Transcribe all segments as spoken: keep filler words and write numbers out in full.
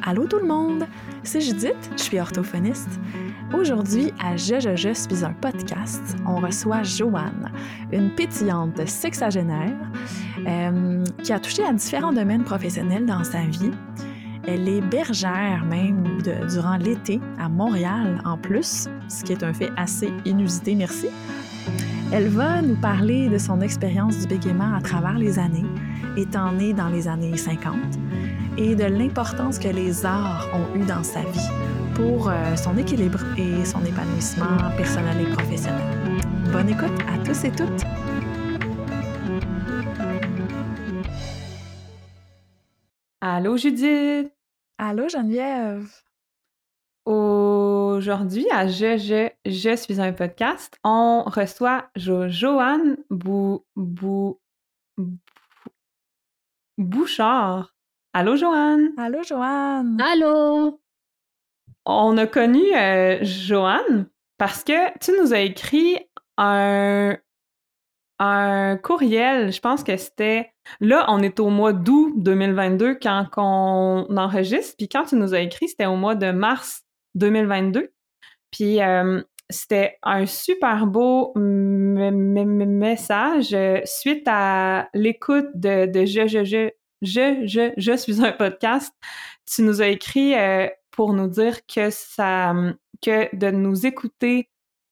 Allô tout le monde, c'est Judith, je suis orthophoniste. Aujourd'hui, à Je, Je, Je suis un podcast, on reçoit Joanne, une pétillante sexagénaire euh, qui a touché à différents domaines professionnels dans sa vie. Elle est bergère même de, durant l'été à Montréal en plus, ce qui est un fait assez inusité, merci. Elle va nous parler de son expérience du bégaiement à travers les années, étant née dans les années cinquante, et de l'importance que les arts ont eu dans sa vie pour euh, son équilibre et son épanouissement personnel et professionnel. Bonne écoute à tous et toutes! Allô Judith! Allô Geneviève! Aujourd'hui, à Je, Je, Je suis un podcast, on reçoit jo- Joanne Bou, Bou, Bou- Bouchard. Allô Joanne! Allô Joanne! Allô! On a connu euh, Joanne parce que tu nous as écrit un, un courriel, je pense que c'était... Là, on est au mois d'août deux mille vingt-deux quand on enregistre, puis quand tu nous as écrit, c'était au mois de mars deux mille vingt-deux. Puis euh, c'était un super beau m- m- m- message euh, suite à l'écoute de, de je, je, je, je, je, je suis un podcast. Tu nous as écrit euh, pour nous dire que ça, que de nous écouter,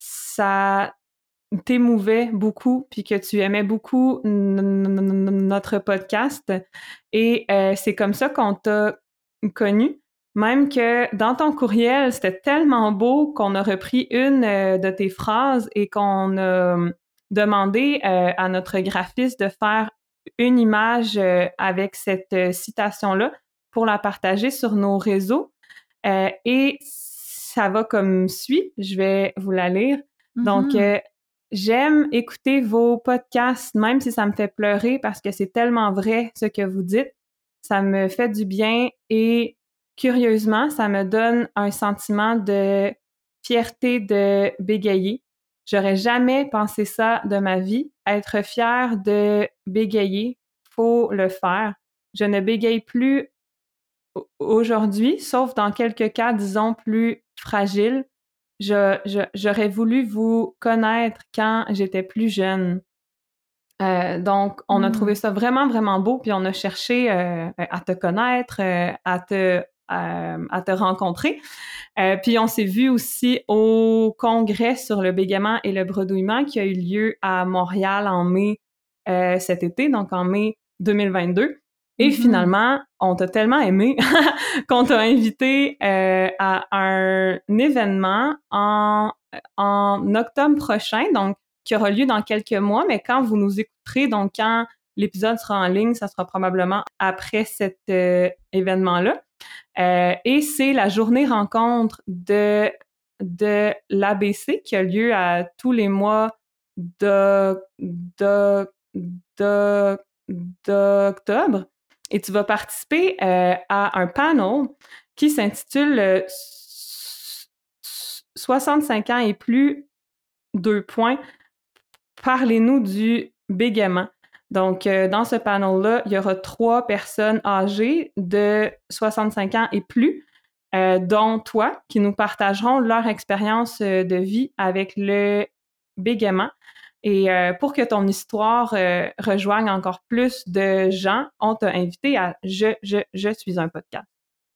ça t'émouvait beaucoup, puis que tu aimais beaucoup n- n- n- notre podcast. Et euh, c'est comme ça qu'on t'a connu. Même que dans ton courriel, c'était tellement beau qu'on a repris une euh, de tes phrases et qu'on a euh, demandé euh, à notre graphiste de faire une image euh, avec cette euh, citation-là pour la partager sur nos réseaux. Euh, et ça va comme suit. Je vais vous la lire. Mm-hmm. Donc, euh, j'aime écouter vos podcasts, même si ça me fait pleurer parce que c'est tellement vrai ce que vous dites. Ça me fait du bien et curieusement, ça me donne un sentiment de fierté de bégayer. J'aurais jamais pensé ça de ma vie. Être fière de bégayer, faut le faire. Je ne bégaye plus aujourd'hui, sauf dans quelques cas, disons, plus fragiles. Je, je, j'aurais voulu vous connaître quand j'étais plus jeune. Euh, donc, on mmh. a trouvé ça vraiment, vraiment beau, puis on a cherché euh, à te connaître, euh, à te euh, à te rencontrer. Euh, puis on s'est vu aussi au congrès sur le bégaiement et le bredouillement qui a eu lieu à Montréal en mai euh, cet été, donc en mai deux mille vingt-deux. Et mm-hmm. finalement, on t'a tellement aimé qu'on t'a invité euh, à un événement en, en octobre prochain, donc qui aura lieu dans quelques mois, mais quand vous nous écouterez, donc quand l'épisode sera en ligne, ça sera probablement après cet euh, événement-là. Euh, et c'est la journée rencontre de, de l'A B C qui a lieu à tous les mois de, de, de, d'octobre. Et tu vas participer euh, à un panel qui s'intitule euh, soixante-cinq ans et plus, deux points, parlez-nous du bégaiement. Donc, euh, dans ce panel-là, il y aura trois personnes âgées de soixante-cinq ans et plus, euh, dont toi, qui nous partageront leur expérience euh, de vie avec le bégaiement. Et euh, pour que ton histoire euh, rejoigne encore plus de gens, on t'a invité à Je, Je, Je suis un podcast.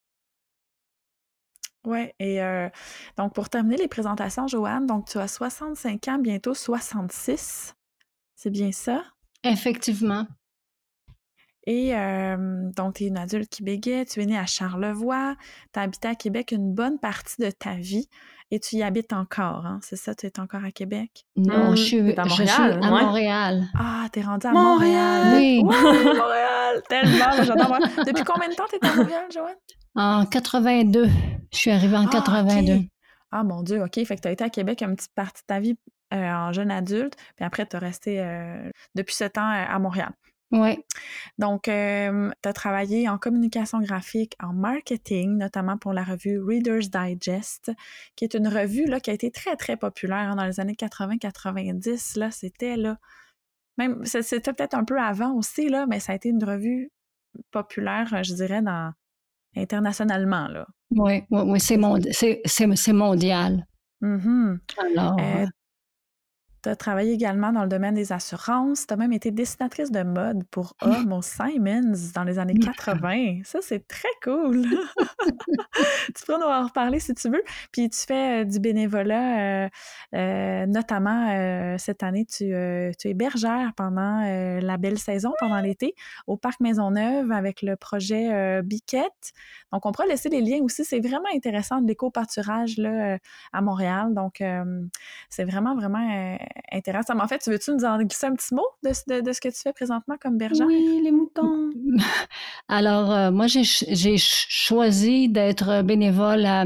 Oui, et euh, donc pour terminer les présentations, Joanne, donc tu as soixante-cinq ans, bientôt soixante-six. C'est bien ça? Effectivement. Et euh, donc, tu es une adulte qui bégait, tu es née à Charlevoix, tu as habité à Québec une bonne partie de ta vie et tu y habites encore, hein? C'est ça, tu es encore à Québec? Non, mmh, je, suis, à Montréal, je suis à ouais. Montréal. Ah, t'es rendue à Montréal! Montréal. Oui! Oui, Montréal! Tellement, j'adore Montréal. Depuis combien de temps t'es à Montréal, Joanne? En quatre-vingt-deux. Je suis arrivée en ah, quatre-vingt-deux. Okay. Ah, mon Dieu, OK. Fait que tu as été à Québec une petite partie de ta vie euh, en jeune adulte, puis après, tu as resté euh, depuis ce temps euh, à Montréal. Oui. Donc, euh, tu as travaillé en communication graphique, en marketing, notamment pour la revue Reader's Digest, qui est une revue là, qui a été très, très populaire hein, dans les années quatre-vingts quatre-vingt-dix. Là, c'était là, même, c'était peut-être un peu avant aussi, là, mais ça a été une revue populaire, je dirais, dans internationalement, là. Oui, oui, oui, c'est, mond- c'est, c'est, c'est mondial. Mm-hmm. Alors, Euh, euh, Tu as travaillé également dans le domaine des assurances. Tu as même été dessinatrice de mode pour Homme au Simons dans les années quatre-vingts. Ça, c'est très cool. Tu pourras nous en reparler si tu veux. Puis tu fais euh, du bénévolat, euh, euh, notamment euh, cette année, tu, euh, tu es bergère pendant euh, la belle saison, pendant l'été, au Parc Maisonneuve avec le projet euh, Biquette. Donc, on pourra laisser les liens aussi. C'est vraiment intéressant de l'éco-pâturage là, euh, à Montréal. Donc, euh, c'est vraiment, vraiment euh, intéressant. Mais en fait, tu veux-tu nous en glisser un petit mot de, de, de ce que tu fais présentement comme bergère? Oui, les moutons. alors euh, moi, j'ai, ch- j'ai ch- choisi d'être bénévole à,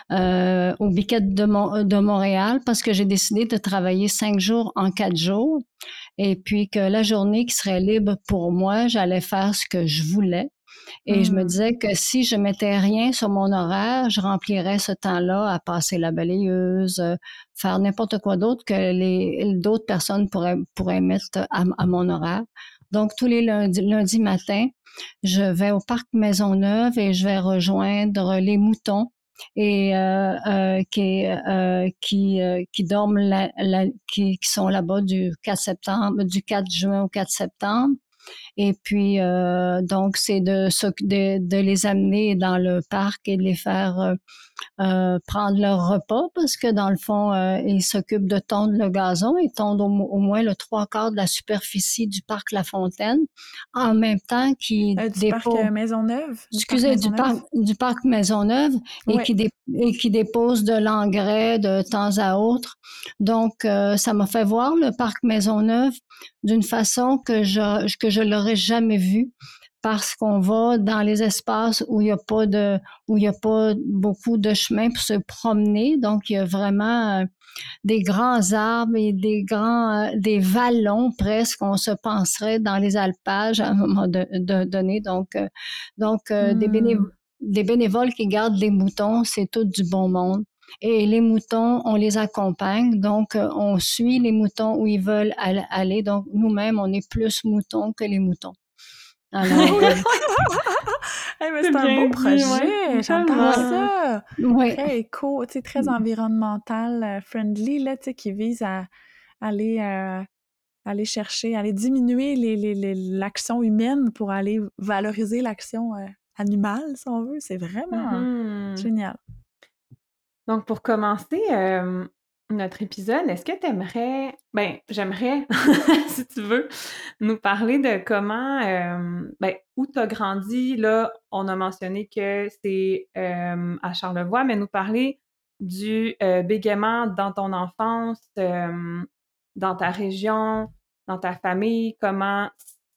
euh, au Biquette de, Mon- de Montréal parce que j'ai décidé de travailler cinq jours en quatre jours et puis que la journée qui serait libre pour moi, j'allais faire ce que je voulais. Et je me Hmm. disais que si je mettais rien sur mon horaire, je remplirais ce temps-là à passer la balayeuse, euh, faire n'importe quoi d'autre que les d'autres personnes pourraient pourraient mettre à, à mon horaire. Donc tous les lundis, lundis matin, je vais au parc Maisonneuve et je vais rejoindre les moutons et euh, euh, qui euh, qui euh, qui dorment la, la- qui, qui sont là-bas du quatre septembre, du quatre juin au quatre septembre. Et puis, euh, donc, c'est de, s'oc- de, de les amener dans le parc et de les faire euh, euh, prendre leur repas parce que dans le fond, euh, ils s'occupent de tondre le gazon. Ils tondent au, mo- au moins le trois quarts de la superficie du parc La Fontaine en même temps qu'ils Euh, du parc déposent euh, Maisonneuve? Du parc excusez, du parc, Maisonneuve? du parc Maisonneuve et Oui. qui, dé- et qui dépose de l'engrais de temps à autre. Donc, euh, ça m'a fait voir le parc Maisonneuve d'une façon que je que je l'aurais jamais vu parce qu'on va dans les espaces où il y a pas de où il y a pas beaucoup de chemin pour se promener. Donc, il y a vraiment euh, des grands arbres et des grands, euh, des vallons presque, on se penserait dans les alpages à un moment de, de- donné. Donc, euh, donc euh, des, bénév- Hmm. des bénévoles qui gardent les moutons, c'est tout du bon monde. Et les moutons, on les accompagne, donc euh, on suit les moutons où ils veulent al- aller. Donc nous-mêmes, on est plus moutons que les moutons. Alors, euh, Hey, mais C'est c'est un beau bien dit, ouais. projet, j'adore ouais, Tellement. ça! ouais, Très éco, tu sais, très environnemental, euh, friendly, là, tu sais, qui vise à aller, euh, aller chercher, aller diminuer les, les, les- l'action humaine pour aller valoriser l'action euh, animale, si on veut. C'est vraiment Mhm. génial. Donc, pour commencer euh, notre épisode, est-ce que tu aimerais, ben, j'aimerais, si tu veux, nous parler de comment, euh, ben, où tu as grandi. Là, on a mentionné que c'est euh, à Charlevoix, mais nous parler du euh, bégaiement dans ton enfance, euh, dans ta région, dans ta famille, comment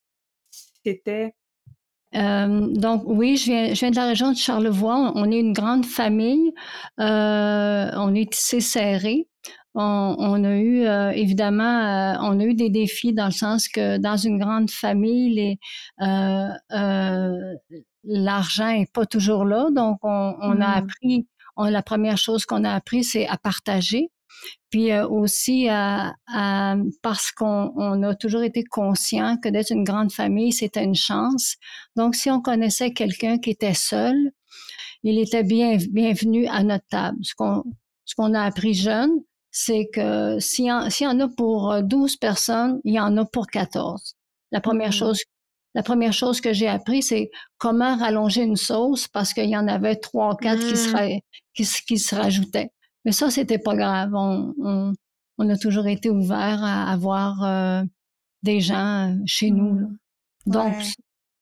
c'était. Euh, donc oui, je viens, je viens de la région de Charlevoix. On est une grande famille. Euh, on est tissé serré. On, on a eu euh, évidemment, euh, on a eu des défis dans le sens que dans une grande famille, les, euh, euh, l'argent est pas toujours là. Donc on, on a Hmm. appris. On, la première chose qu'on a appris, c'est à partager. Puis euh, aussi à, à- parce qu'on on a toujours été conscient que d'être une grande famille, c'était une chance. Donc, si on connaissait quelqu'un qui était seul, il était bien, bienvenu à notre table. Ce qu'on, ce qu'on a appris jeune, c'est que s'il y, en, s'il y en a pour douze personnes, il y en a pour quatorze. La première Hmm. chose, la première chose que j'ai appris, c'est comment rallonger une sauce parce qu'il y en avait trois ou quatre qui, se, Hmm. ra- qui, se- qui se rajoutaient. Mais ça, c'était pas grave. On, on, on a toujours été ouvert à avoir euh, des gens euh, chez nous, là. Hmm. Donc, Ouais.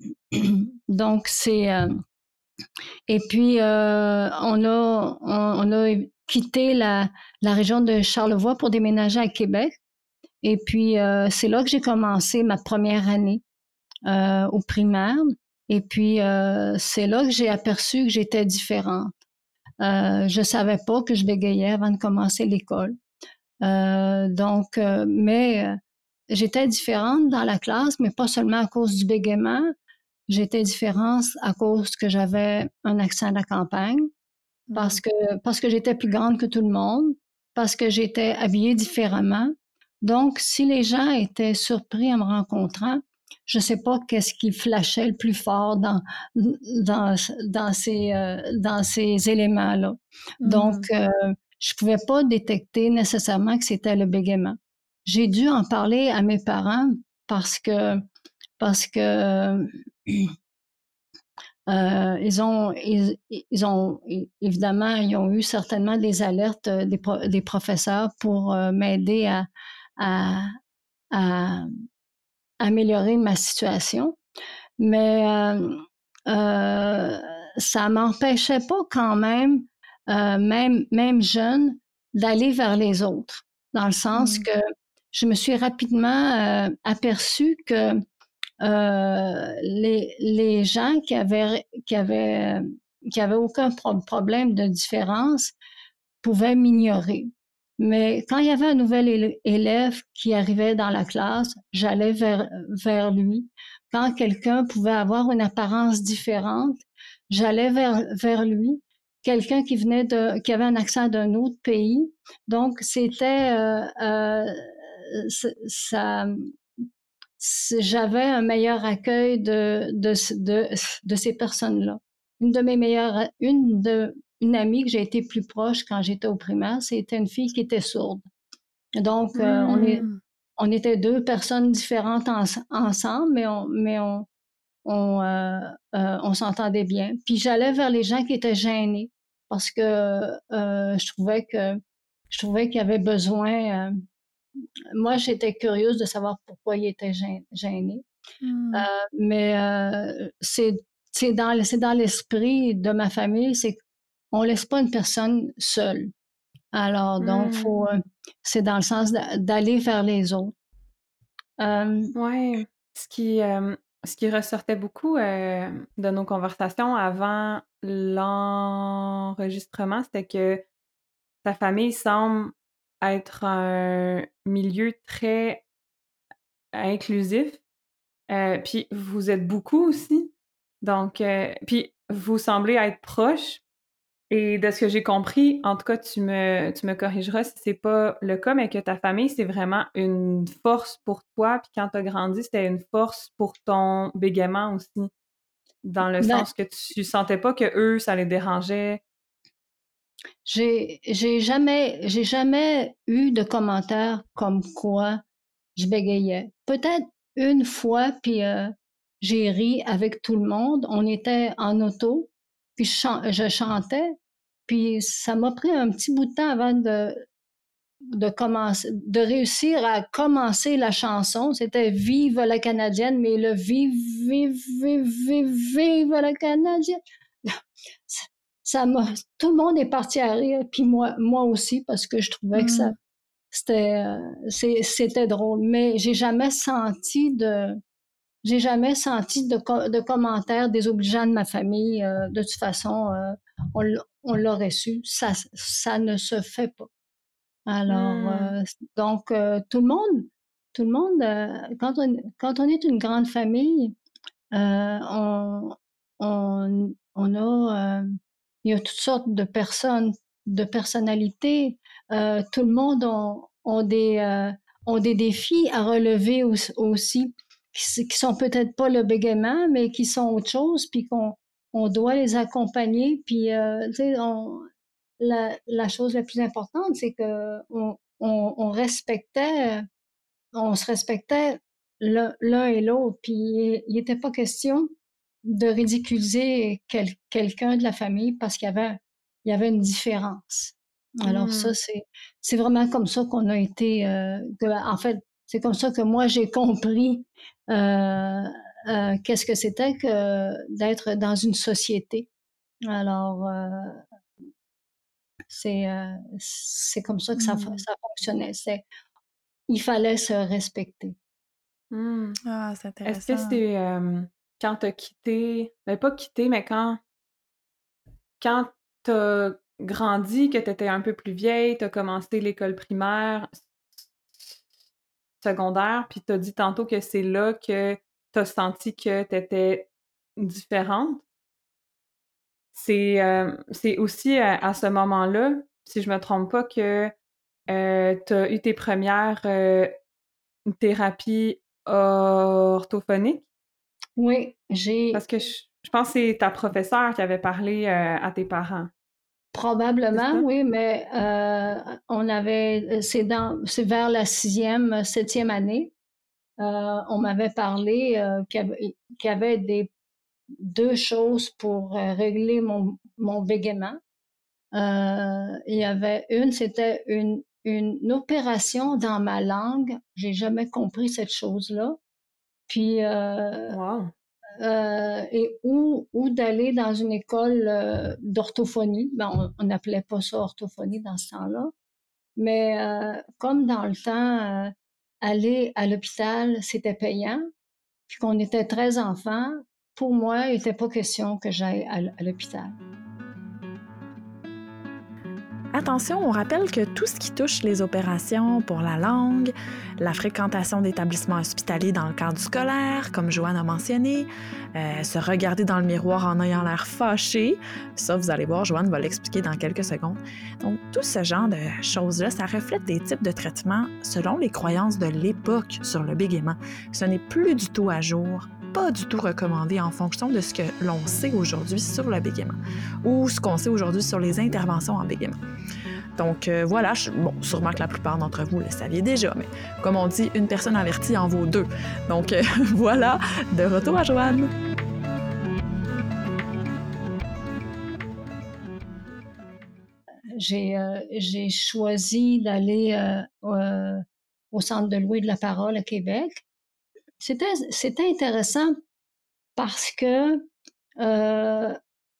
donc c'est euh, et puis euh, on a on, on a quitté la la région de Charlevoix pour déménager à Québec. Et puis euh, c'est là que j'ai commencé ma première année euh, au primaire. Et puis euh, c'est là que j'ai aperçu que j'étais différente. Euh, je savais pas que je bégayais avant de commencer l'école. Euh, donc, euh, mais euh, j'étais différente dans la classe, mais pas seulement à cause du bégaiement. J'étais différente à cause que j'avais un accent de la campagne, Hmm. parce que parce que j'étais plus grande que tout le monde, parce que j'étais habillée différemment. Donc, si les gens étaient surpris en me rencontrant, je sais pas qu'est-ce qui flashait le plus fort dans dans dans ces euh, dans ces éléments-là. Donc, Hmm. euh, je pouvais pas détecter nécessairement que c'était le bégaiement. J'ai dû en parler à mes parents parce que parce que euh, ils ont ils, ils ont évidemment ils ont eu certainement des alertes euh, des, pro- des professeurs pour euh, m'aider à, à à améliorer ma situation. Mais euh, euh, ça m'empêchait pas quand même, euh, même, même jeune, d'aller vers les autres, dans le sens Hmm. que je me suis rapidement euh, aperçue que euh, les, les gens qui avaient, qui avaient, qui avaient aucun pro- problème de différence pouvaient m'ignorer. Mais quand il y avait un nouvel élève qui arrivait dans la classe, j'allais vers, vers lui. Quand quelqu'un pouvait avoir une apparence différente, j'allais vers, vers lui. Quelqu'un qui venait de, qui avait un accent d'un autre pays. Donc, c'était, euh, euh, ça, j'avais un meilleur accueil de, de, de, de ces personnes-là. Une de mes meilleures, une de, une amie que j'ai été plus proche quand j'étais au primaire, c'était une fille qui était sourde. Donc, euh, on est, Hmm. on était deux personnes différentes en, ensemble, mais on, mais on, on, euh, euh, on s'entendait bien. Puis j'allais vers les gens qui étaient gênés parce que euh, je trouvais que je trouvais qu'il y avait besoin. Euh, moi, j'étais curieuse de savoir pourquoi il était gêné. Euh, Hmm. mais euh, c'est c'est dans c'est dans l'esprit de ma famille, c'est qu'on laisse pas une personne seule. Alors donc Hmm. faut euh, c'est dans le sens d'aller vers les autres. Euh, Ouais. Ce qui, euh, ce qui ressortait beaucoup euh, de nos conversations avant l'enregistrement, c'était que ta famille semble être un milieu très inclusif. Euh, puis vous êtes beaucoup aussi. Donc, euh, puis vous semblez être proches. Et de ce que j'ai compris, en tout cas, tu me, tu me corrigeras si c'est pas le cas, mais que ta famille, c'est vraiment une force pour toi. Puis quand tu as grandi, c'était une force pour ton bégaiement aussi. Dans le ben, sens que tu sentais pas que eux, ça les dérangeait. j'ai j'ai jamais j'ai jamais eu de commentaires comme quoi je bégayais. Peut-être une fois, puis euh, j'ai ri avec tout le monde. On était en auto, puis je, chan- je chantais, puis ça m'a pris un petit bout de temps avant de, de commencer, de réussir à commencer la chanson. C'était Vive la Canadienne, mais le Vive, vive, vive, vive, vive la Canadienne. Ça, ça m'a, tout le monde est parti à rire, puis moi, moi aussi, parce que je trouvais que ça, Hmm. c'était, euh, c'est- c'était drôle. Mais j'ai jamais senti de, j'ai jamais senti de, co- de commentaires désobligeants de ma famille. Euh, de toute façon, euh, on, l- on l'aurait su. Ça, ça ne se fait pas. Alors, Hmm. euh, donc, euh, tout le monde, tout le monde, euh, quand on, quand on est une grande famille, euh, on, on, on a, euh, il y a toutes sortes de personnes, de personnalités. Euh, tout le monde ont, ont des, euh, ont des défis à relever aus- aussi, qui, s- qui sont peut-être pas le bégaiement, mais qui sont autre chose, puis qu'on on doit les accompagner. Puis, euh, tu sais, on, la, la chose la plus importante, c'est que on, on, on respectait, on se respectait l'un l'un et l'autre. Puis il n'était pas question de ridiculiser quel- quelqu'un de la famille parce qu'il y avait, il y avait une différence. Alors Hmm. ça, c'est, c'est vraiment comme ça qu'on a été, euh, que- en fait, c'est comme ça que moi j'ai compris euh, euh, qu'est-ce que c'était que d'être dans une société. Alors, euh, c'est euh, c'est comme ça que ça, Hmm. ça fonctionnait. C'est, il fallait se respecter. Hmm. Ah, c'est Est-ce que intéressant. c'est euh, quand t'as quitté, ben pas quitté, mais quand, quand t'as grandi, que t'étais un peu plus vieille, t'as commencé l'école primaire, secondaire, puis t'as dit tantôt que c'est là que t'as senti que t'étais différente. C'est euh, c'est aussi à, à ce moment-là, si je me trompe pas, que euh, t'as eu tes premières euh, thérapies orthophonique? Oui, j'ai... Parce que je, je pense que c'est ta professeure qui avait parlé euh, à tes parents. C'est Probablement, ça? oui, mais euh, on avait... C'est dans, c'est vers la sixième, septième année. Euh, on m'avait parlé euh, qu'il y avait, qu'il y avait des, deux choses pour euh, régler mon, mon bégaiement. Euh, il y avait une, c'était une, une opération dans ma langue. J'ai jamais compris cette chose-là. Puis, euh, Wow. euh, et ou, ou d'aller dans une école euh, d'orthophonie. Ben, on n'appelait pas ça orthophonie dans ce temps-là. Mais euh, comme dans le temps, euh, aller à l'hôpital, c'était payant, puis qu'on était treize enfants, pour moi, il n'était pas question que j'aille à, à l'hôpital. Attention, on rappelle que tout ce qui touche les opérations pour la langue, la fréquentation d'établissements hospitaliers dans le cadre scolaire, comme Joanne a mentionné, euh, se regarder dans le miroir en ayant l'air fâché, ça, vous allez voir, Joanne va l'expliquer dans quelques secondes. Donc, tout ce genre de choses-là, ça reflète des types de traitements selon les croyances de l'époque sur le bégaiement. Ce n'est plus du tout à jour, pas du tout recommandé en fonction de ce que l'on sait aujourd'hui sur le bégaiement ou ce qu'on sait aujourd'hui sur les interventions en bégaiement. Donc euh, voilà, je, bon, sûrement que la plupart d'entre vous le saviez déjà, mais comme on dit, une personne avertie en vaut deux. Donc euh, voilà, de retour à Joanne. J'ai, euh, j'ai choisi d'aller euh, euh, au Centre de Louis de la Parole à Québec. C'était, c'était intéressant parce que euh,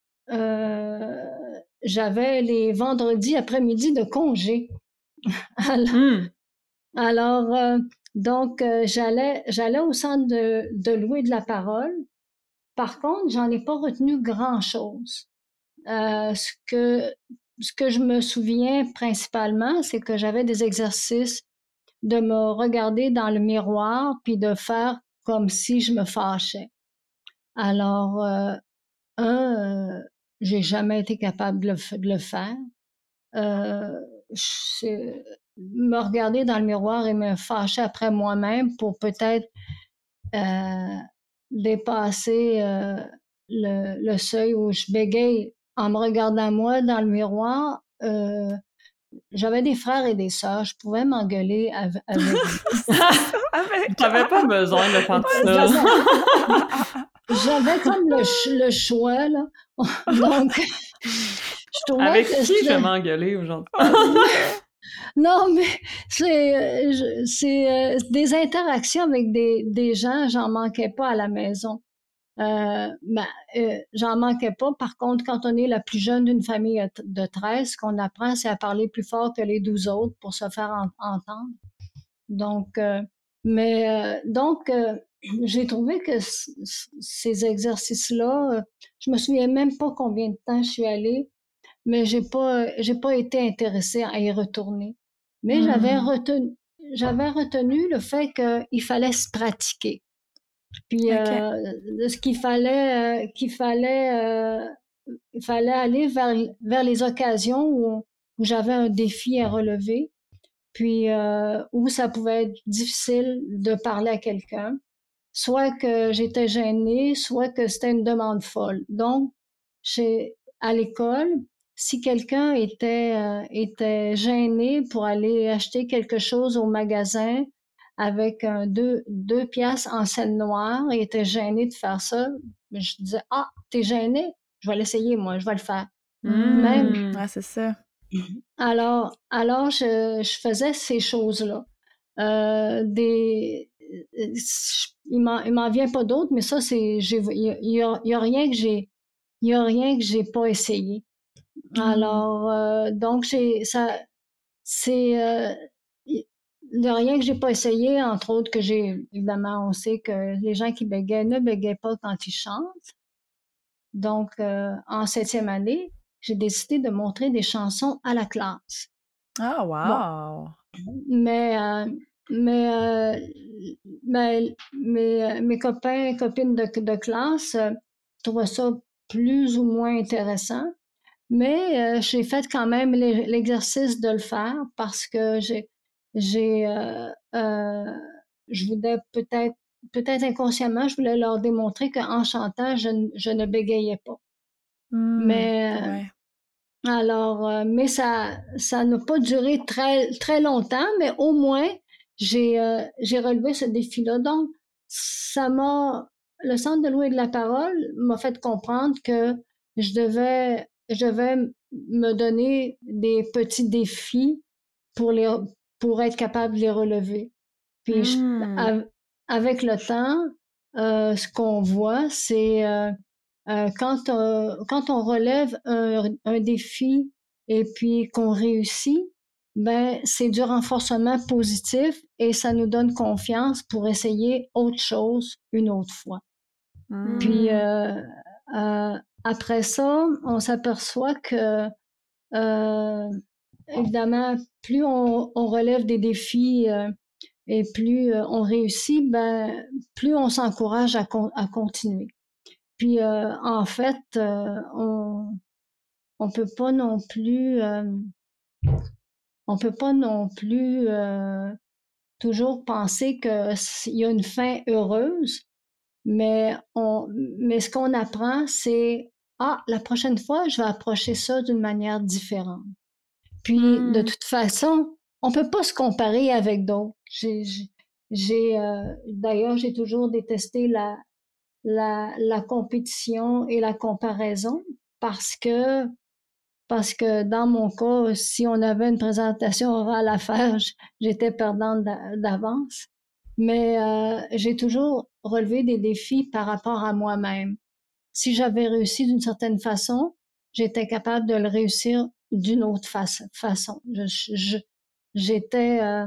euh, j'avais les vendredis après-midi de congé. Alors, Mm. alors euh, donc, euh, j'allais, j'allais au Centre de, de Louis de la Parole. Par contre, j'en ai pas retenu grand-chose. Euh, ce que ce que je me souviens principalement, c'est que j'avais des exercices de me regarder dans le miroir puis de faire comme si je me fâchais. Alors, euh, un, euh, j'ai jamais été capable de le, de le faire. Euh, je, me regarder dans le miroir et me fâcher après moi-même pour peut-être euh, dépasser euh, le, le seuil où je bégaye en me regardant moi dans le miroir. Euh, j'avais des frères et des sœurs, je pouvais m'engueuler avec, avec Tu n'avais pas besoin de faire ça. J'avais comme le, le choix, là. Donc, je trouvais avec que qui je vais m'engueuler aujourd'hui? Non, mais c'est, c'est euh, des interactions avec des, des gens, j'en manquais pas à la maison. Euh, ben, euh, j'en manquais pas. Par contre, quand on est la plus jeune d'une famille de treize, ce qu'on apprend, c'est à parler plus fort que les douze autres pour se faire en, entendre. Donc, euh, mais euh, donc, euh, j'ai trouvé que c- ces exercices-là, euh, je me souviens même pas combien de temps je suis allée, mais j'ai pas, j'ai pas été intéressée à y retourner. Mais j'avais Mm. retenu, j'avais retenu le fait qu'il fallait se pratiquer. Puis OK. euh, ce qu'il fallait, euh, qu'il fallait, euh, il fallait aller vers, vers les occasions où, où j'avais un défi à relever, puis euh, où ça pouvait être difficile de parler à quelqu'un, soit que j'étais gênée, soit que c'était une demande folle. Donc, chez, à l'école, si quelqu'un était, euh, était gêné pour aller acheter quelque chose au magasin avec un deux, deux piastres en scène noire et était gêné de faire ça, je disais, ah, t'es gêné? Je vais l'essayer, moi, je vais le faire. Mm. Même. Ah, c'est ça. Alors, alors je, je faisais ces choses-là. Euh, des, il m'en, il m'en vient pas d'autres, mais ça, c'est, j'ai, il y a, il y a rien que j'ai, il y a rien que j'ai pas essayé. Alors, euh, donc, j'ai, ça, c'est, euh, il y a rien que j'ai pas essayé, entre autres que j'ai, évidemment, on sait que les gens qui bégayent ne bégayent pas quand ils chantent. Donc, euh, en septième année, j'ai décidé de montrer des chansons à la classe. Ah, Bon, wow! mais, euh, mais, euh, mais, mes, mes copains et copines de, de classe euh, trouvaient ça plus ou moins intéressant. Mais euh, j'ai fait quand même l'e- l'exercice de le faire parce que j'ai, j'ai, euh, euh, je voulais peut-être, peut-être inconsciemment, je voulais leur démontrer qu'en chantant, je, n- je ne bégayais pas. Hmm, Mais euh, ouais. alors, euh, mais ça, ça n'a pas duré très, très longtemps, mais au moins, j'ai, euh, j'ai relevé ce défi-là. Donc, ça m'a, le Centre de l'eau et de la parole m'a fait comprendre que je devais, je devais me donner des petits défis pour les, pour être capable de les relever. Puis, je- Hmm. av- avec le temps, euh, ce qu'on voit, c'est euh, euh, quand, euh, quand on relève un, un défi et puis qu'on réussit, ben c'est du renforcement positif et ça nous donne confiance pour essayer autre chose une autre fois. Puis Hmm. euh, euh, après ça, on s'aperçoit que euh, évidemment, plus on, on relève des défis euh, et plus euh, on réussit, ben plus on s'encourage à, con- à continuer. Puis euh, en fait, euh, on on peut pas non plus euh, on peut pas non plus euh, toujours penser que s- il y a une fin heureuse, mais on mais ce qu'on apprend, c'est ah la prochaine fois, je vais approcher ça d'une manière différente. Puis de Hmm. toute façon, on peut pas se comparer avec d'autres. J'ai j'ai j'ai, euh, d'ailleurs j'ai toujours détesté la la, la compétition et la comparaison parce que parce que dans mon cas, si on avait une présentation orale à faire, j'étais perdante d'avance. Mais euh, j'ai toujours relevé des défis par rapport à moi-même. Si j'avais réussi d'une certaine façon, j'étais capable de le réussir d'une autre fa façon. Je, je, j'étais euh,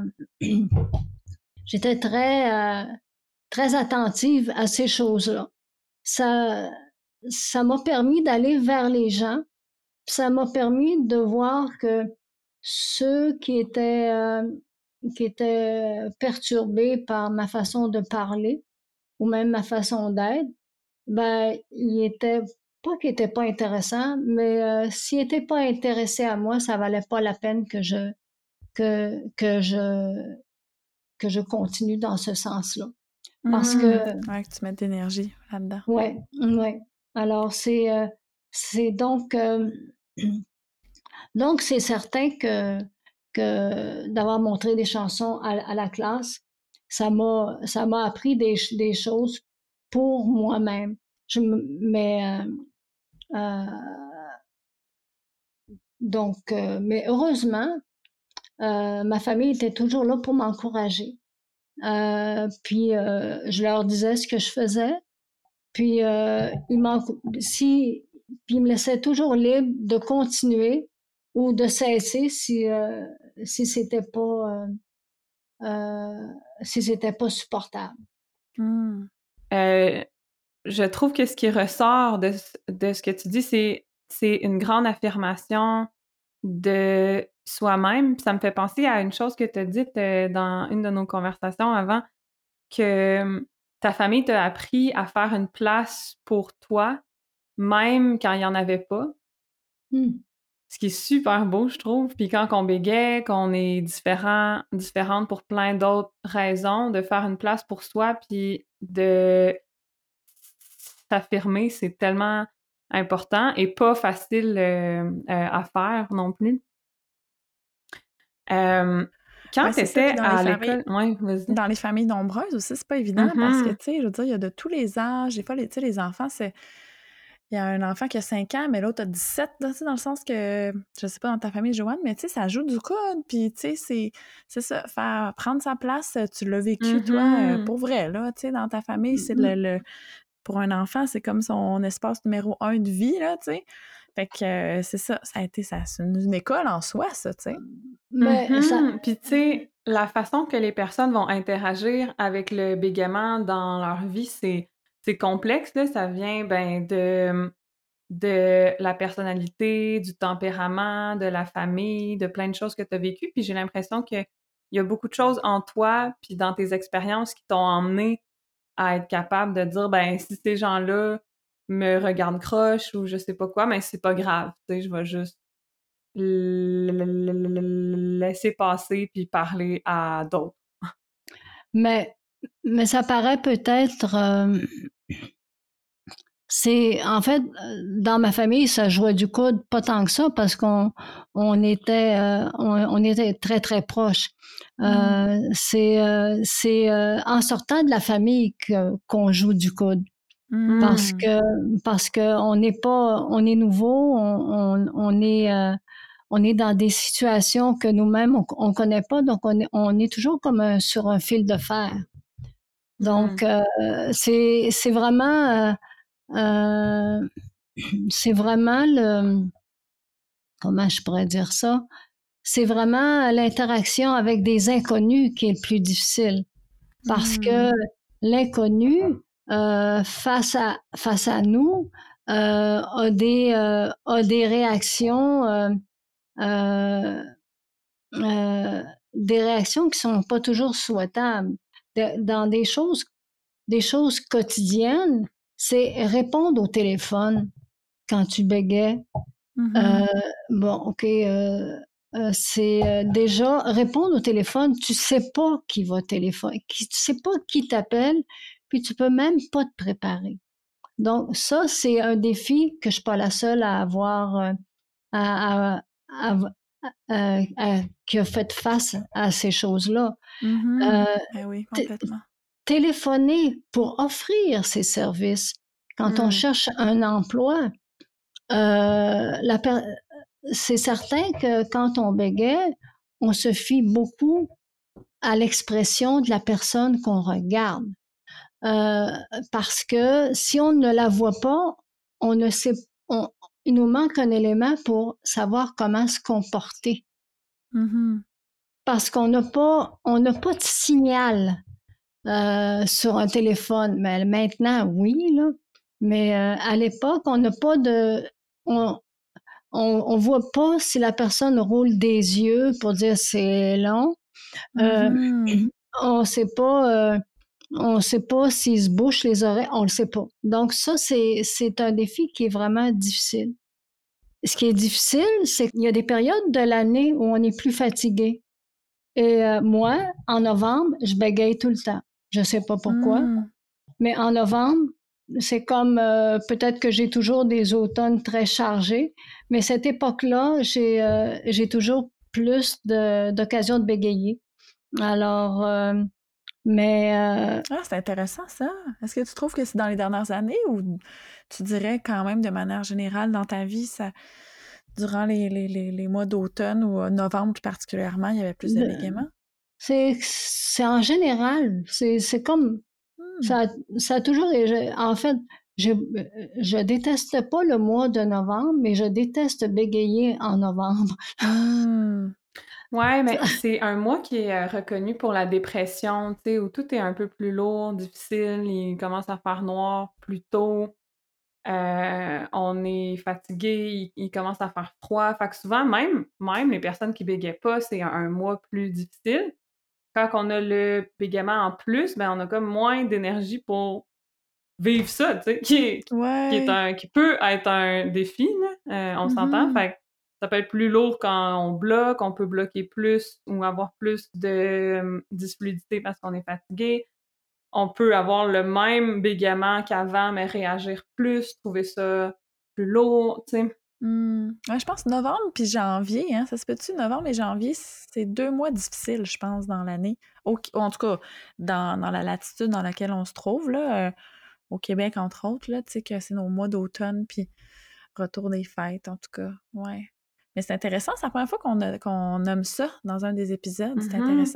j'étais très euh, très attentive à ces choses-là. Ça, ça m'a permis d'aller vers les gens. Ça m'a permis de voir que ceux qui étaient, euh, qui étaient perturbés par ma façon de parler ou même ma façon d'être, ben, ils étaient, pas qu'ils étaient pas intéressants, mais euh, s'ils étaient pas intéressés à moi, ça valait pas la peine que je, que, que je, que je continue dans ce sens-là. Parce Hmm. que Ouais, que tu mets de l'énergie là-dedans. ouais, ouais. Alors c'est euh, c'est donc euh, donc c'est certain que que d'avoir montré des chansons à, à la classe, ça m'a ça m'a appris des des choses pour moi-même. Je me- mais euh, euh, donc euh, mais heureusement, euh, ma famille était toujours là pour m'encourager. Euh, puis euh, je leur disais ce que je faisais. Puis euh, il m'en si puis il me laissait toujours libre de continuer ou de cesser si euh, si c'était pas euh, euh, si c'était pas supportable. Hmm. Euh, je trouve que ce qui ressort de, ce- de ce que tu dis, c'est, c'est une grande affirmation de soi-même. Puis ça me fait penser à une chose que tu as dite euh, dans une de nos conversations avant, que hum, ta famille t'a appris à faire une place pour toi, même quand il n'y en avait pas. Hmm. Ce qui est super beau, je trouve. Puis quand on bégaye, qu'on est différent, différente pour plein d'autres raisons, de faire une place pour soi, puis de s'affirmer, c'est tellement important et pas facile euh, euh, à faire non plus. Euh, quand Ouais, tu c'est ça. Puis étais dans les à familles, l'école, ouais, vas-y. dans les familles nombreuses aussi, c'est pas évident parce que, Mhm. tu sais, je veux dire, il y a de tous les âges. Des fois, les, tu sais, les enfants, c'est. Il y a un enfant qui a cinq ans, mais l'autre a dix-sept, là, tu sais, dans le sens que, je sais pas dans ta famille, Joanne, mais tu sais, ça joue du coude, puis tu sais, c'est, c'est ça, faire, prendre sa place, tu l'as vécu, toi, euh, Mhm. pour vrai, là, tu sais, dans ta famille, c'est le, Hmm. le- pour un enfant, c'est comme son espace numéro un de vie, là, tu sais. Fait que euh, c'est ça, ça a été, ça, c'est une, une école en soi, ça, tu sais. Mais ça Mhm. Puis tu sais, la façon que les personnes vont interagir avec le bégaiement dans leur vie, c'est, c'est complexe, là. Ça vient, ben, de de la personnalité, du tempérament, de la famille, de plein de choses que tu as vécues. Puis j'ai l'impression qu'il y a beaucoup de choses en toi, puis dans tes expériences qui t'ont emmené à être capable de dire, ben si ces gens-là me regardent croche ou je sais pas quoi, mais c'est pas grave, tu sais, je vais juste l- l- l- laisser passer puis parler à d'autres. mais mais ça paraît peut-être... euh, c'est, en fait, dans ma famille, ça jouait du coude, pas tant que ça, parce qu'on on était, euh, on, on était très, très proches. Mm. Euh, c'est euh, c'est euh, en sortant de la famille que, qu'on joue du coude. Parce Mm. que parce que on n'est pas, on est nouveau, on, on, on est euh, on est dans des situations que nous-mêmes on, on connaît pas, donc on est, on est toujours comme un- sur un fil de fer. Donc Mm. euh, c'est c'est vraiment euh, euh, c'est vraiment le, comment je pourrais dire ça? C'est vraiment l'interaction avec des inconnus qui est le plus difficile. Parce que Mm. l'inconnu, euh, face à, face à nous, euh, a des, euh, a des réactions, euh, euh, euh, des réactions qui sont pas toujours souhaitables. De- dans des choses, des choses quotidiennes, c'est répondre au téléphone quand tu bégais. Mhm. Euh, bon, OK, euh, euh, c'est euh, déjà répondre au téléphone, tu sais pas qui va téléphoner, qui, tu sais pas qui t'appelle, puis tu peux même pas te préparer. Donc ça, c'est un défi que je suis pas la seule à avoir, euh, à, à- à- à- à- qui a fait face à ces choses-là. Mhm. Euh, Ben oui, t- complètement. Téléphoner pour offrir ces services. Quand on Mm. cherche un emploi, euh, la per- c'est certain que quand on bégaye, on se fie beaucoup à l'expression de la personne qu'on regarde. Euh, Parce que si on ne la voit pas, on ne sait, on, il nous manque un élément pour savoir comment se comporter. Mhm. Parce qu'on n'a pas, on n'a pas de signal euh, sur un téléphone. Mais maintenant, oui, là. Mais euh, à l'époque, on n'a pas de, on, on, on voit pas si la personne roule des yeux pour dire c'est long. Euh, Mhm. on sait pas, euh, on sait pas s'il se bouche les oreilles, on le sait pas. Donc ça, c'est, c'est un défi qui est vraiment difficile. Ce qui est difficile, c'est qu'il y a des périodes de l'année où on est plus fatigué. Et euh, moi, en novembre, je bégaye tout le temps. Je sais pas pourquoi, Mm. mais en novembre, c'est comme euh, peut-être que j'ai toujours des automnes très chargés, mais cette époque-là, j'ai euh, j'ai toujours plus de, d'occasions de bégayer. Alors, euh, mais euh, Ah, c'est intéressant ça. Est-ce que tu trouves que c'est dans les dernières années ou tu dirais quand même de manière générale dans ta vie, ça, durant les, les, les, les mois d'automne ou euh, novembre plus particulièrement, il y avait plus de de- bégaiement? c'est c'est en général, c'est c'est comme Hmm. ça, ça a toujours. je- En fait, je je déteste pas le mois de novembre, mais je déteste bégayer en novembre. Hmm. Ouais, mais c'est un mois qui est euh, reconnu pour la dépression, tu sais, où tout est un peu plus lourd, difficile, il commence à faire noir plus tôt, euh, on est fatigué, il, il commence à faire froid. Fait que souvent, même, même les personnes qui bégayent pas, c'est un, un mois plus difficile. Quand on a le bégaiement en plus, ben on a comme moins d'énergie pour vivre ça, tu sais, qui est, qui est Ouais. un, qui peut être un défi, là, euh, on s'entend. Mhm. Fait que ça peut être plus lourd quand on bloque, on peut bloquer plus ou avoir plus de euh, dysfluidité parce qu'on est fatigué. On peut avoir le même bégaiement qu'avant, mais réagir plus, trouver ça plus lourd, tu sais. Hmm. Ouais, je pense novembre puis janvier, hein, ça se peut-tu, novembre et janvier, c'est deux mois difficiles, je pense, dans l'année. Au, ou en tout cas, dans, dans la latitude dans laquelle on se trouve, là, euh, au Québec, entre autres, là, tu sais, que c'est nos mois d'automne, puis retour des fêtes, en tout cas, ouais. Mais c'est intéressant, c'est la première fois qu'on a- qu'on nomme ça dans un des épisodes, c'est Mhm. intéressant.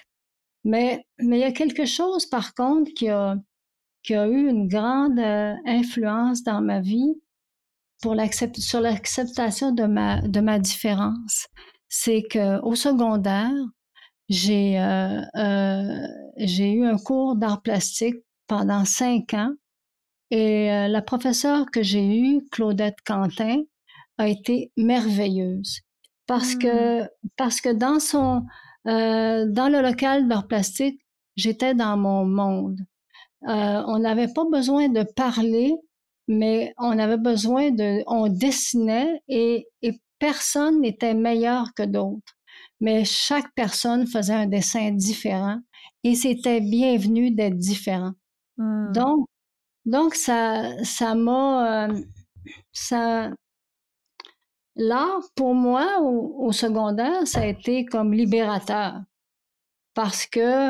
Mais mais il y a quelque chose, par contre, qui a qui a eu une grande euh, influence dans ma vie pour l'accept sur l'acceptation de ma de ma différence. C'est que au secondaire, j'ai euh, euh, j'ai eu un cours d'art plastique pendant cinq ans et euh, la professeure que j'ai eue, Claudette Quentin, a été merveilleuse parce Hmm. que parce que dans son euh, dans le local d'art plastique, j'étais dans mon monde. Euh, on n'avait pas besoin de parler, mais on avait besoin de, on dessinait et, et personne n'était meilleur que d'autres. Mais chaque personne faisait un dessin différent et c'était bienvenu d'être différent. Mm. Donc, donc ça, ça m'a, euh, ça, l'art pour moi au, au secondaire, ça a été comme libérateur parce que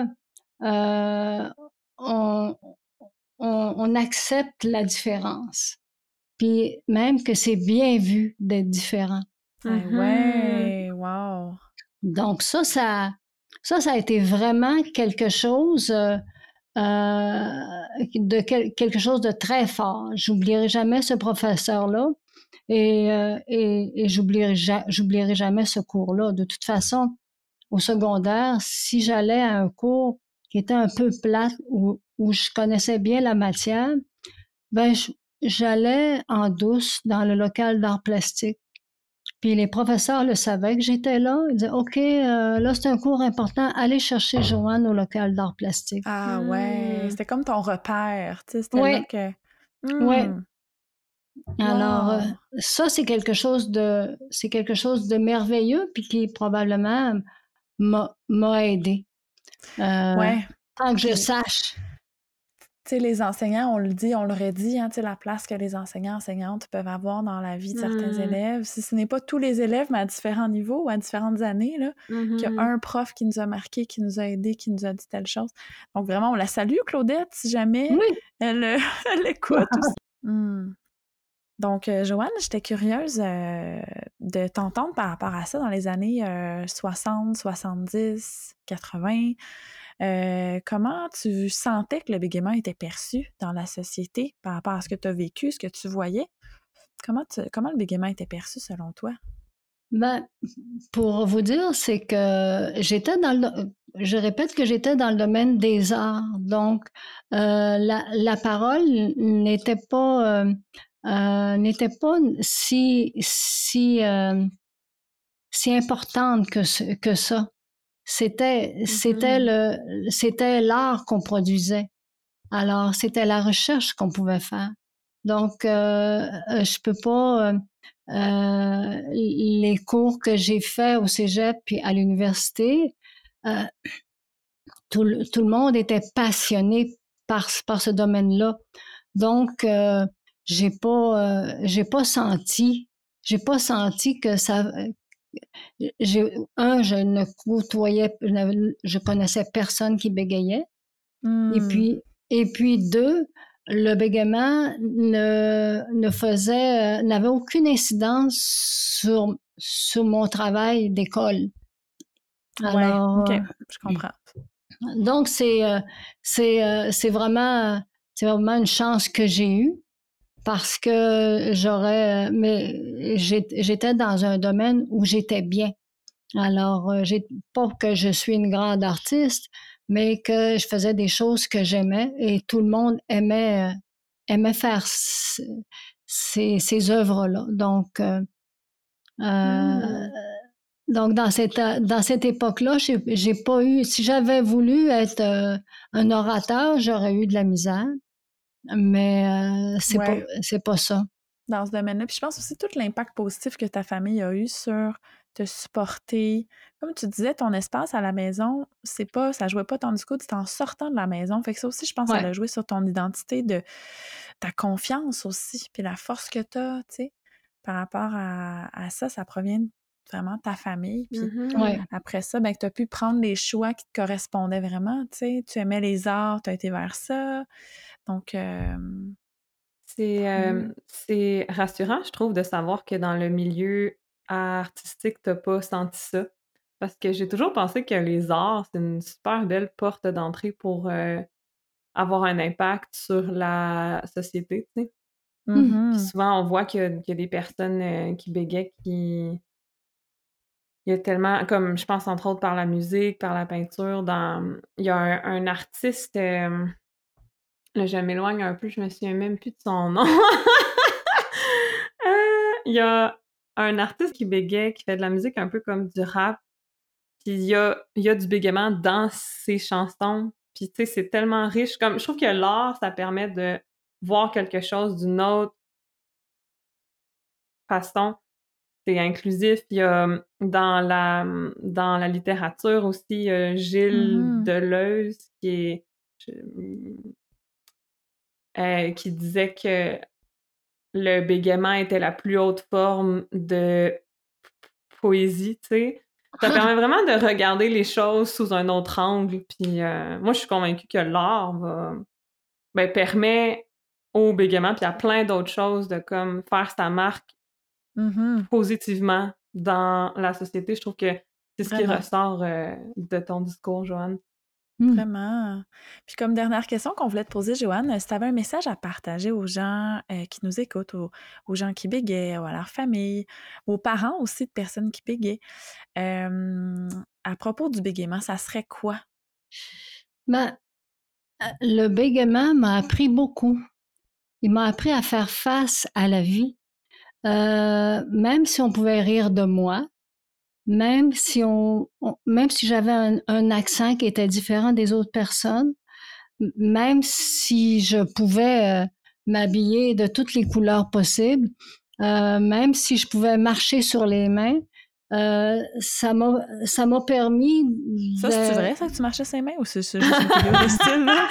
euh, on, on, on accepte la différence, puis même que c'est bien vu d'être différent. Eh Mhm. ouais, wow. Donc ça, ça, ça, ça a été vraiment quelque chose euh, euh, de quel- quelque chose de très fort. J'oublierai jamais ce professeur-là et, euh, et, et j'oublierai, ja- j'oublierai jamais ce cours-là. De toute façon, au secondaire, si j'allais à un cours qui était un peu plate où, où je connaissais bien la matière, ben je- j'allais en douce dans le local d'art plastique. Puis les professeurs le savaient que j'étais là. Ils disaient, OK, euh, là, c'est un cours important. Allez chercher Joanne au local d'art plastique. Ah ouais, Mm. c'était comme ton repère, tu sais, c'était là Oui, que... oui. Hmm, Alors, euh, wow. ça, c'est quelque chose de, c'est quelque chose de merveilleux, puis qui probablement m'a, m'a aidé. Euh, Ouais, tant que je puis, sache. tu sais, les enseignants, on le dit, on l'aurait dit, hein, tu sais, la place que les enseignants, enseignantes peuvent avoir dans la vie de certains Mm. élèves. Si ce n'est pas tous les élèves, mais à différents niveaux ou à différentes années, là, qu'il y a Mhm. un prof qui nous a marqué, qui nous a aidé, qui nous a dit telle chose. Donc vraiment, on la salue, Claudette, si jamais Oui, elle, euh, elle écoute aussi. Hmm. Donc, euh, Joanne, j'étais curieuse euh, de t'entendre par rapport à ça dans les années euh, soixante, soixante-dix, quatre-vingts. Euh, comment tu sentais que le bégaiement était perçu dans la société par rapport à ce que tu as vécu, ce que tu voyais? Comment, tu- comment le bégaiement était perçu selon toi? ben, pour vous dire, c'est que j'étais dans le, je répète que j'étais dans le domaine des arts. Donc, euh, la, la parole n'était pas, euh, euh, n'était pas si, si, euh, si importante que, ce- que ça. C'était, c'était Mhm. le, c'était l'art qu'on produisait. Alors, c'était la recherche qu'on pouvait faire. Donc, euh, euh, je peux pas, euh, euh, les cours que j'ai faits au cégep puis à l'université, euh, tout, le, tout le monde était passionné par, par ce domaine-là. Donc, euh, j'ai pas, euh, j'ai pas senti, j'ai pas senti que ça, j'ai, un, je ne côtoyais, je, n'avais- je connaissais personne qui bégayait. Et Hmm. puis, et puis deux, le bégaiement ne, ne faisait, euh, n'avait aucune incidence sur, sur mon travail d'école. Ouais, Alors, OK, euh, je comprends. donc c'est, euh, c'est, euh, c'est vraiment, c'est vraiment une chance que j'ai eue parce que j'aurais, mais j'ai- j'étais dans un domaine où j'étais bien. Alors, euh, j'ai pas que je suis une grande artiste, mais que je faisais des choses que j'aimais et tout le monde aimait, euh, aimait faire c- ces, ces œuvres-là. Donc, euh, euh, Mm. donc dans cette dans cette époque-là, j'ai j'ai pas eu. Si j'avais voulu être euh, un orateur, j'aurais eu de la misère, mais euh, c'est pas Ouais, c'est pas ça. dans ce domaine-là. Puis je pense aussi tout l'impact positif que ta famille a eu sur te supporter. Comme tu disais, ton espace à la maison, c'est pas, ça jouait pas tant du coup, c'est en sortant de la maison. Fait que ça aussi, je pense, ça Ouais. a joué sur ton identité de ta confiance aussi, puis la force que tu as, tu sais, par rapport à, à ça, ça provient vraiment de ta famille. Puis Ouais. Mhm. après ça, ben, que tu as pu prendre les choix qui te correspondaient vraiment, tu sais. Tu aimais les arts, tu as été vers ça. Donc, euh, C'est euh, oui. c'est rassurant, je trouve, de savoir que dans le milieu artistique, t'as pas senti ça. Parce que j'ai toujours pensé que les arts, c'est une super belle porte d'entrée pour euh, avoir un impact sur la société, tu sais. Puis Hmm. Mhm. souvent, on voit qu'il y a, qu'il y a des personnes euh, qui bégayent, qui... Il y a tellement, comme je pense entre autres par la musique, par la peinture, dans... Il y a un, un artiste, euh, là je m'éloigne un peu, je me souviens même plus de son nom. Euh, Il y a un artiste qui bégaye, qui fait de la musique un peu comme du rap, puis il y a, il y a du bégaiement dans ses chansons, puis tu sais, c'est tellement riche. Comme, je trouve que l'art, ça permet de voir quelque chose d'une autre façon. c'est inclusif. Il y a dans la, dans la littérature aussi euh, Gilles Mhm. Deleuze qui est je- euh, qui disait que le bégaiement était la plus haute forme de poésie, tu sais. Ça permet vraiment de regarder les choses sous un autre angle. Puis euh, moi, je suis convaincue que l'art va, ben, permet au bégaiement puis à plein d'autres choses de comme faire sa marque Mhm. positivement dans la société. Je trouve que c'est ce qui Vraiment. ressort euh, de ton discours, Joanne. Hmm. Vraiment. Puis comme dernière question qu'on voulait te poser, Joanne, si tu avais un message à partager aux gens euh, qui nous écoutent, aux, aux gens qui bégaient, ou à leur famille, aux parents aussi de personnes qui bégaient, euh, à propos du bégaiement, ça serait quoi? Ben, euh, le bégaiement m'a appris beaucoup. Il m'a appris à faire face à la vie. Euh, même si on pouvait rire de moi, même si on, on- même si j'avais un, un accent qui était différent des autres personnes, m- même si je pouvais euh, m'habiller de toutes les couleurs possibles, euh, même si je pouvais marcher sur les mains, euh, ça m'a ça m'a permis Ça, c'est de... vrai, ça, que tu marchais ses mains, ou c'est c'est juste une figure de style, là?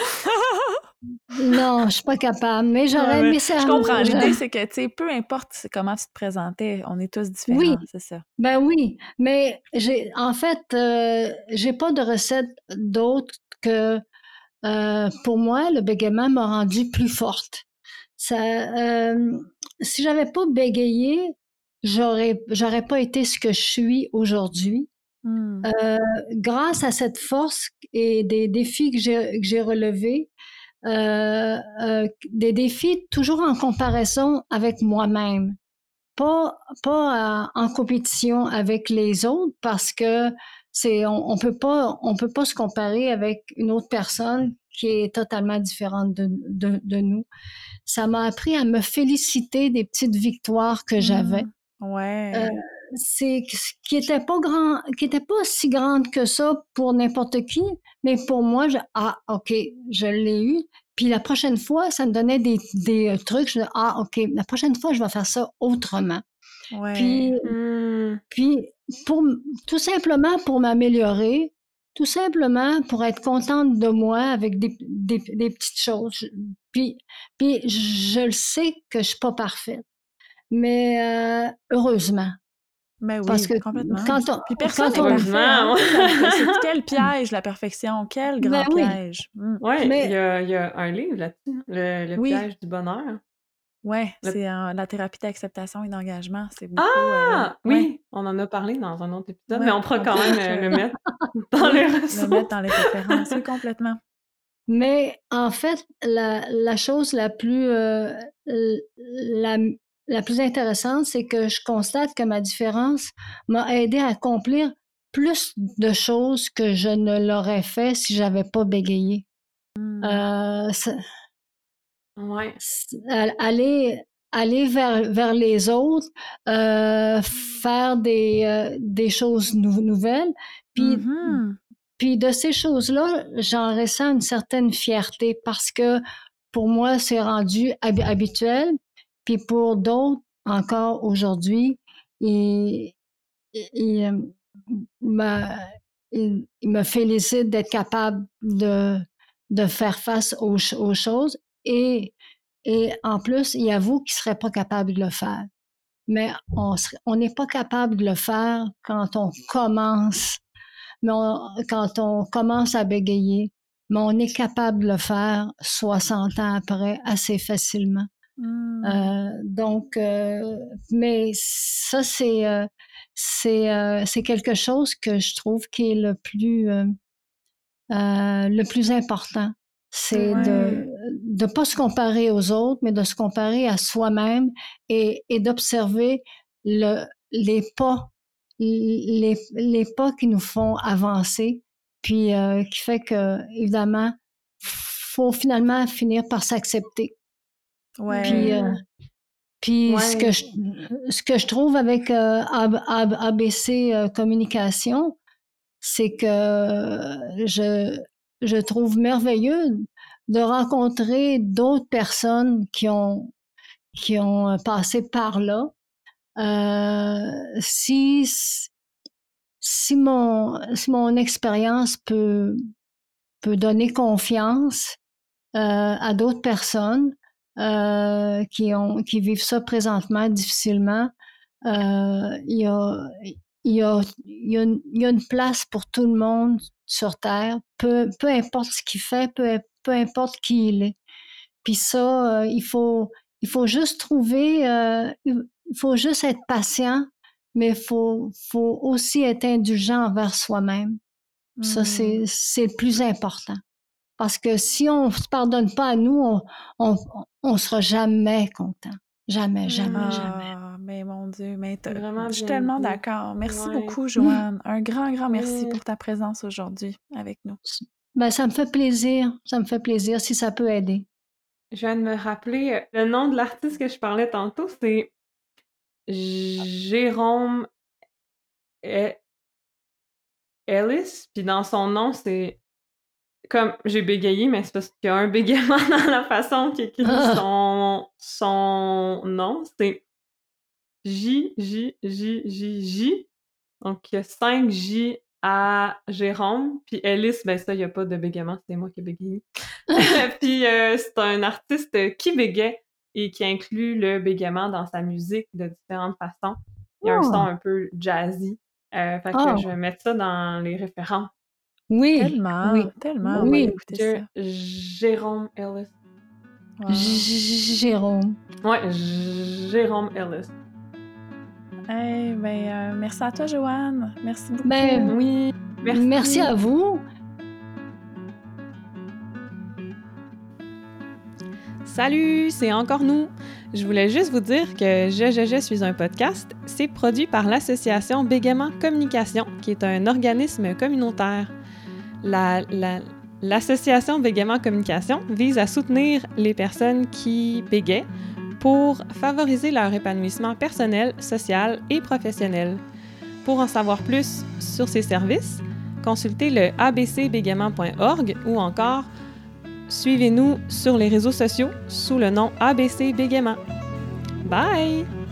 Non, je suis pas capable, mais Ouais, j'aurais mais aimé je ça. comprends. je- L'idée, c'est que, tu sais, peu importe comment tu te présentais, on est tous Oui, différents, c'est ça. ben oui, mais j'ai en fait euh, j'ai pas de recette d'autre que euh, pour moi le bégaiement m'a rendue plus forte. Ça, euh, si j'avais pas bégayé, j'aurais j'aurais pas été ce que je suis aujourd'hui. Hmm. Euh, Grâce à cette force et des défis que j'ai que j'ai relevés, euh, euh, des défis toujours en comparaison avec moi-même. Pas, pas euh, en compétition avec les autres parce que c'est on, on peut pas on peut pas se comparer avec une autre personne qui est totalement différente de, de, de nous. Ça m'a appris à me féliciter des petites victoires que j'avais. Hmm. Ouais. Euh, c'est qui était pas grand, qui était pas si grande que ça pour n'importe qui, mais pour moi, je, ah ok, je l'ai eu. Puis la prochaine fois, ça me donnait des, des trucs. Je dis, ah ok, la prochaine fois, je vais faire ça autrement. Ouais. Puis, Hmm. puis pour tout simplement pour m'améliorer, tout simplement pour être contente de moi avec des, des, des petites choses. Puis, puis je le sais que je suis pas parfaite, mais euh, heureusement. Ben Parce oui, que complètement. quand on, Puis personne quand n'est on, parfait, hein? Heureusement, Tu sais, ouais. la- c'est quel piège, la perfection? Quel ben grand oui, piège. Hmm. Ouais, il mais y a, il y a un livre là-dessus, hein, le, le Oui, piège du bonheur. ouais, Le- c'est euh, la thérapie d'acceptation et d'engagement. C'est beaucoup. euh, Ah! ouais, Oui, on en a parlé dans un autre épisode, mais ouais. on pourra On quand pourrait même te euh, le le. mettre dans les Oui, le mettre ressources. dans les références. Oui, complètement. Mais en fait, la, la chose la plus, euh, la, la plus intéressante, c'est que je constate que ma différence m'a aidé à accomplir plus de choses que je ne l'aurais fait si j'avais pas bégayé. Hmm. Euh, ça- Ouais. s- aller, aller vers, vers les autres, euh, faire des, euh, des choses nou- nouvelles, puis Mhm. Puis de ces choses-là, j'en ressens une certaine fierté parce que pour moi, c'est rendu hab- habituel. Puis pour d'autres, encore aujourd'hui, ils, ils, euh, me, ils- ils me félicitent d'être capable de, de faire face aux, ch- aux choses. Et, et en plus, il y a vous qui ne serez pas capable de le faire. Mais on serait- on n'est pas capable de le faire quand on commence mais on- quand on commence à bégayer, mais on est capable de le faire soixante ans après assez facilement. Hmm. Euh, donc, euh, mais ça, c'est euh, c'est euh, c'est quelque chose que je trouve qui est le plus euh, euh, le plus important. C'est de Ouais. de pas se comparer aux autres, mais de se comparer à soi-même et, et d'observer le les pas les, les pas qui nous font avancer, puis euh, qui fait que, évidemment, faut finalement finir par s'accepter. Puis, euh, Ouais. puis ce que Ouais. je, ce que je trouve avec euh, A- A- A B C euh, Communication, c'est que je, je trouve merveilleux de rencontrer d'autres personnes qui ont, qui ont passé par là. Euh, si si mon si mon expérience peut peut donner confiance euh, à d'autres personnes euh, qui ont qui vivent ça présentement difficilement, euh, il y a il y a il y a une, il y a une place pour tout le monde sur Terre, peu peu importe ce qu'il fait, peu peu importe qui il est. Puis ça, euh, il faut il faut juste trouver, euh, il faut juste être patient, mais il faut faut aussi être indulgent envers soi-même. Mm. Ça, c'est c'est le plus important. Parce que si on ne se pardonne pas à nous, on on, on sera jamais content. Jamais, jamais, ah, jamais. Mais mon Dieu, mais Vraiment je suis bien tellement dit. d'accord. Merci Ouais. beaucoup, Joanne. Un grand, grand merci Ouais. pour ta présence aujourd'hui avec nous. Ben, ça me fait plaisir. Ça me fait plaisir si ça peut aider. Je viens de me rappeler, euh, le nom de l'artiste que je parlais tantôt, c'est Jérôme E- Ellis. Puis dans son nom, c'est comme j'ai bégayé, mais c'est parce qu'il y a un bégaiement dans la façon qu'il écrit Ah. son, son nom. C'est J, J, J, J, J. Donc, il y a cinq J à Jérôme. Puis Ellis, ben ça, il n'y a pas de bégaiement, c'est moi qui ai bégayé. Puis euh, c'est un artiste qui bégaye et qui inclut le bégaiement dans sa musique de différentes façons. Il y a un Oh. son un peu jazzy. Euh, fait que Oh. je vais mettre ça dans les références. Oui, Tellement, oui. tellement. Oui. On va écouter Je- ça. Jérôme Ellis. Wow. J- Jérôme. Ouais, J- Jérôme Ellis. Hey, ben, euh, merci à toi, Joanne. Merci beaucoup. Ben, Oui, merci. Merci à vous. Salut, c'est encore nous. Je voulais juste vous dire que Je, Je, Je suis un podcast. C'est produit par l'association Bégaiement Communication, qui est un organisme communautaire. La, la, l'association Bégaiement Communication vise à soutenir les personnes qui bégayent pour favoriser leur épanouissement personnel, social et professionnel. Pour en savoir plus sur ces services, consultez le a b c bégaiement point org ou encore suivez-nous sur les réseaux sociaux sous le nom A B C Bégaiement. Bye!